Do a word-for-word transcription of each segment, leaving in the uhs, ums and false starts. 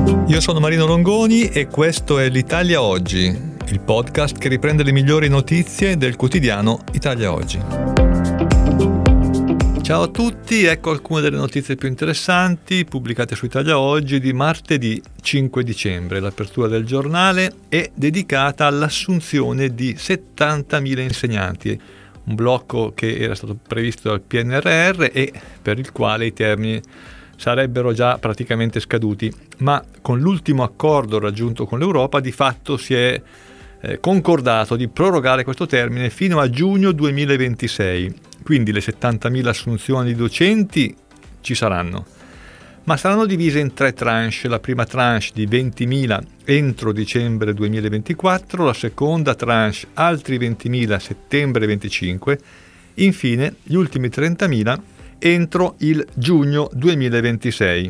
Io sono Marino Longoni e questo è l'Italia Oggi, il podcast che riprende le migliori notizie del quotidiano Italia Oggi. Ciao a tutti, ecco alcune delle notizie più interessanti pubblicate su Italia Oggi di martedì cinque dicembre. L'apertura del giornale è dedicata all'assunzione di settantamila insegnanti, un blocco che era stato previsto dal P N R R e per il quale i termini sarebbero già praticamente scaduti, ma con l'ultimo accordo raggiunto con l'Europa di fatto si è eh, concordato di prorogare questo termine fino a giugno duemilaventisei. Quindi le settantamila assunzioni di docenti ci saranno, ma saranno divise in tre tranche. La prima tranche di ventimila entro dicembre duemilaventiquattro, la seconda tranche altri ventimila a settembre venticinque, infine gli ultimi trentamila entro il giugno duemilaventisei.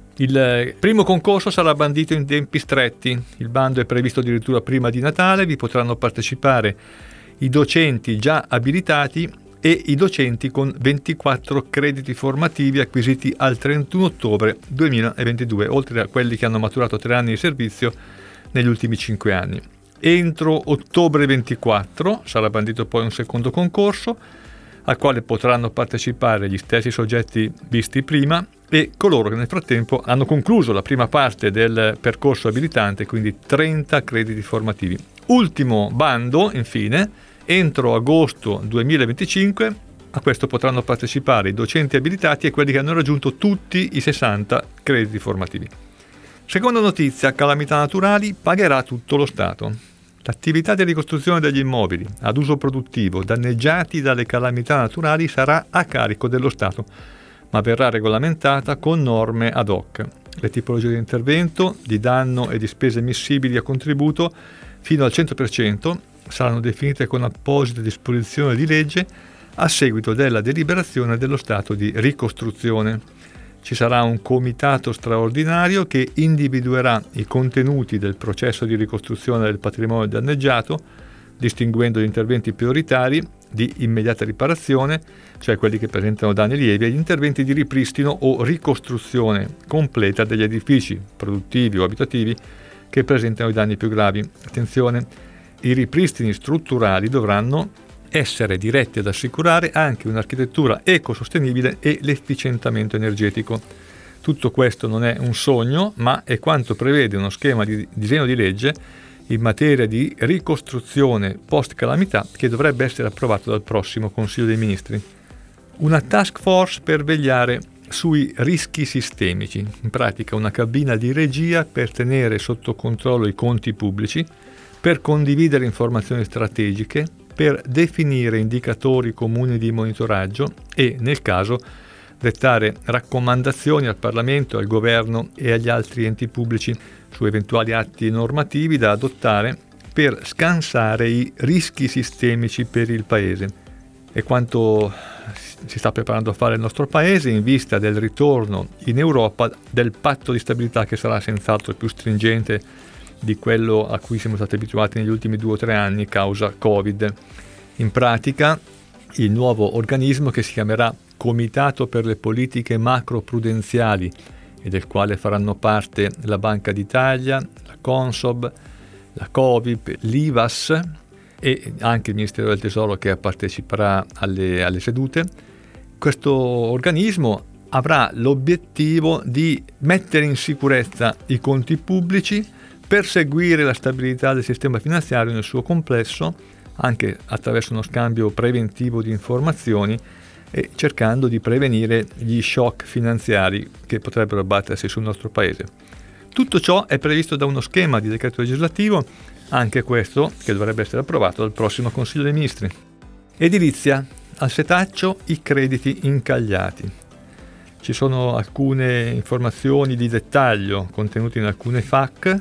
Il primo concorso sarà bandito in tempi stretti, il bando è previsto addirittura prima di Natale, vi potranno partecipare i docenti già abilitati e i docenti con ventiquattro crediti formativi acquisiti al trentuno ottobre duemilaventidue, oltre a quelli che hanno maturato tre anni di servizio negli ultimi cinque anni. Entro ottobre ventiquattro sarà bandito poi un secondo concorso, al quale potranno partecipare gli stessi soggetti visti prima e coloro che nel frattempo hanno concluso la prima parte del percorso abilitante, quindi trenta crediti formativi. Ultimo bando, infine, entro agosto duemilaventicinque, a questo potranno partecipare i docenti abilitati e quelli che hanno raggiunto tutti i sessanta crediti formativi. Seconda notizia, calamità naturali, pagherà tutto lo Stato. L'attività di ricostruzione degli immobili ad uso produttivo danneggiati dalle calamità naturali sarà a carico dello Stato, ma verrà regolamentata con norme ad hoc. Le tipologie di intervento, di danno e di spese ammissibili a contributo fino al cento per cento saranno definite con apposita disposizione di legge a seguito della deliberazione dello stato di ricostruzione. Ci sarà un comitato straordinario che individuerà i contenuti del processo di ricostruzione del patrimonio danneggiato, distinguendo gli interventi prioritari di immediata riparazione, cioè quelli che presentano danni lievi, e gli interventi di ripristino o ricostruzione completa degli edifici produttivi o abitativi che presentano i danni più gravi. Attenzione! I ripristini strutturali dovranno essere diretti ad assicurare anche un'architettura ecosostenibile e l'efficientamento energetico. Tutto questo non è un sogno, ma è quanto prevede uno schema di disegno di legge in materia di ricostruzione post-calamità che dovrebbe essere approvato dal prossimo Consiglio dei Ministri. Una task force per vegliare sui rischi sistemici, in pratica una cabina di regia per tenere sotto controllo i conti pubblici, per condividere informazioni strategiche, per definire indicatori comuni di monitoraggio e, nel caso, dettare raccomandazioni al Parlamento, al Governo e agli altri enti pubblici su eventuali atti normativi da adottare per scansare i rischi sistemici per il Paese. E quanto si sta preparando a fare il nostro Paese in vista del ritorno in Europa del patto di stabilità, che sarà senz'altro più stringente di quello a cui siamo stati abituati negli ultimi due o tre anni causa Covid. In pratica, il nuovo organismo, che si chiamerà Comitato per le politiche macroprudenziali e del quale faranno parte la Banca d'Italia, la Consob, la Covip, l'I V A S e anche il Ministero del Tesoro che parteciperà alle, alle sedute, questo organismo avrà l'obiettivo di mettere in sicurezza i conti pubblici, perseguire la stabilità del sistema finanziario nel suo complesso, anche attraverso uno scambio preventivo di informazioni e cercando di prevenire gli shock finanziari che potrebbero abbattersi sul nostro Paese. Tutto ciò è previsto da uno schema di decreto legislativo, anche questo che dovrebbe essere approvato dal prossimo Consiglio dei Ministri. Edilizia, al setaccio i crediti incagliati. Ci sono alcune informazioni di dettaglio contenute in alcune F A Q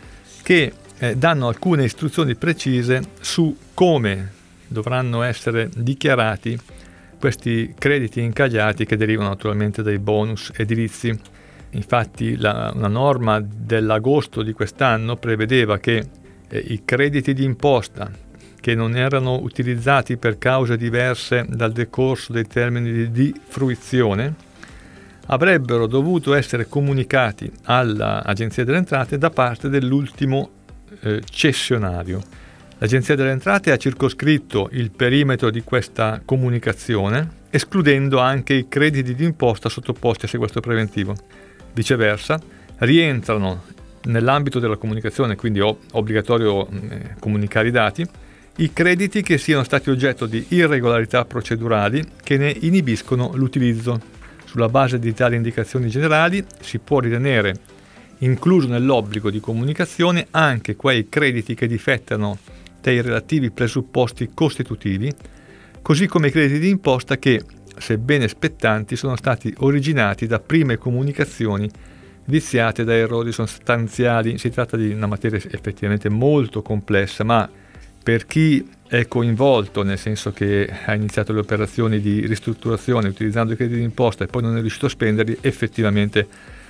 che eh, danno alcune istruzioni precise su come dovranno essere dichiarati questi crediti incagliati che derivano naturalmente dai bonus edilizi. Infatti la, una norma dell'agosto di quest'anno prevedeva che eh, i crediti di imposta che non erano utilizzati per cause diverse dal decorso dei termini di, di fruizione avrebbero dovuto essere comunicati all'Agenzia delle Entrate da parte dell'ultimo eh, cessionario. L'Agenzia delle Entrate ha circoscritto il perimetro di questa comunicazione, escludendo anche i crediti d'imposta sottoposti a sequestro preventivo. Viceversa, rientrano nell'ambito della comunicazione, quindi è obbligatorio eh, comunicare i dati, i crediti che siano stati oggetto di irregolarità procedurali che ne inibiscono l'utilizzo. Sulla base di tali indicazioni generali si può ritenere incluso nell'obbligo di comunicazione anche quei crediti che difettano dai relativi presupposti costitutivi, così come i crediti d'imposta che, sebbene spettanti, sono stati originati da prime comunicazioni viziate da errori sostanziali. Si tratta di una materia effettivamente molto complessa, ma per chi è coinvolto, nel senso che ha iniziato le operazioni di ristrutturazione utilizzando i crediti d'imposta e poi non è riuscito a spenderli, effettivamente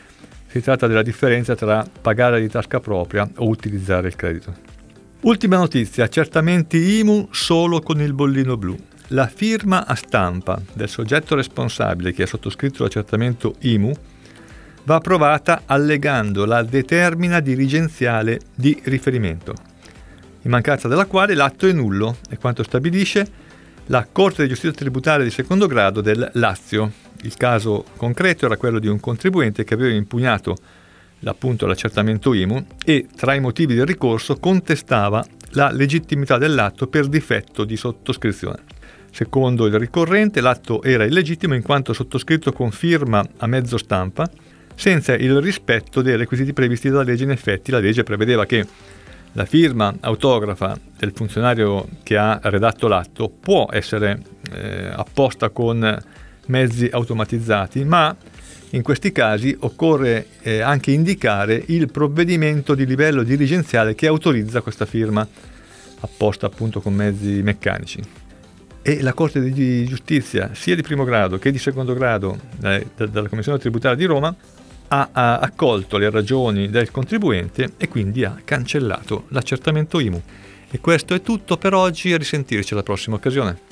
si tratta della differenza tra pagare di tasca propria o utilizzare il credito. Ultima notizia: accertamenti I M U solo con il bollino blu. La firma a stampa del soggetto responsabile che ha sottoscritto l'accertamento I M U va approvata allegando la determina dirigenziale di riferimento, in mancanza della quale l'atto è nullo, e quanto stabilisce la Corte di Giustizia Tributaria di secondo grado del Lazio. Il caso concreto era quello di un contribuente che aveva impugnato appunto l'accertamento I M U e tra i motivi del ricorso contestava la legittimità dell'atto per difetto di sottoscrizione. Secondo il ricorrente, l'atto era illegittimo in quanto sottoscritto con firma a mezzo stampa senza il rispetto dei requisiti previsti dalla legge. In effetti la legge prevedeva che la firma autografa del funzionario che ha redatto l'atto può essere eh, apposta con mezzi automatizzati, ma in questi casi occorre eh, anche indicare il provvedimento di livello dirigenziale che autorizza questa firma apposta appunto con mezzi meccanici. E la Corte di Giustizia, sia di primo grado che di secondo grado eh, dalla Commissione Tributaria di Roma, ha, ha accolto le ragioni del contribuente e quindi ha cancellato l'accertamento I M U. E questo è tutto per oggi, a risentirci alla prossima occasione.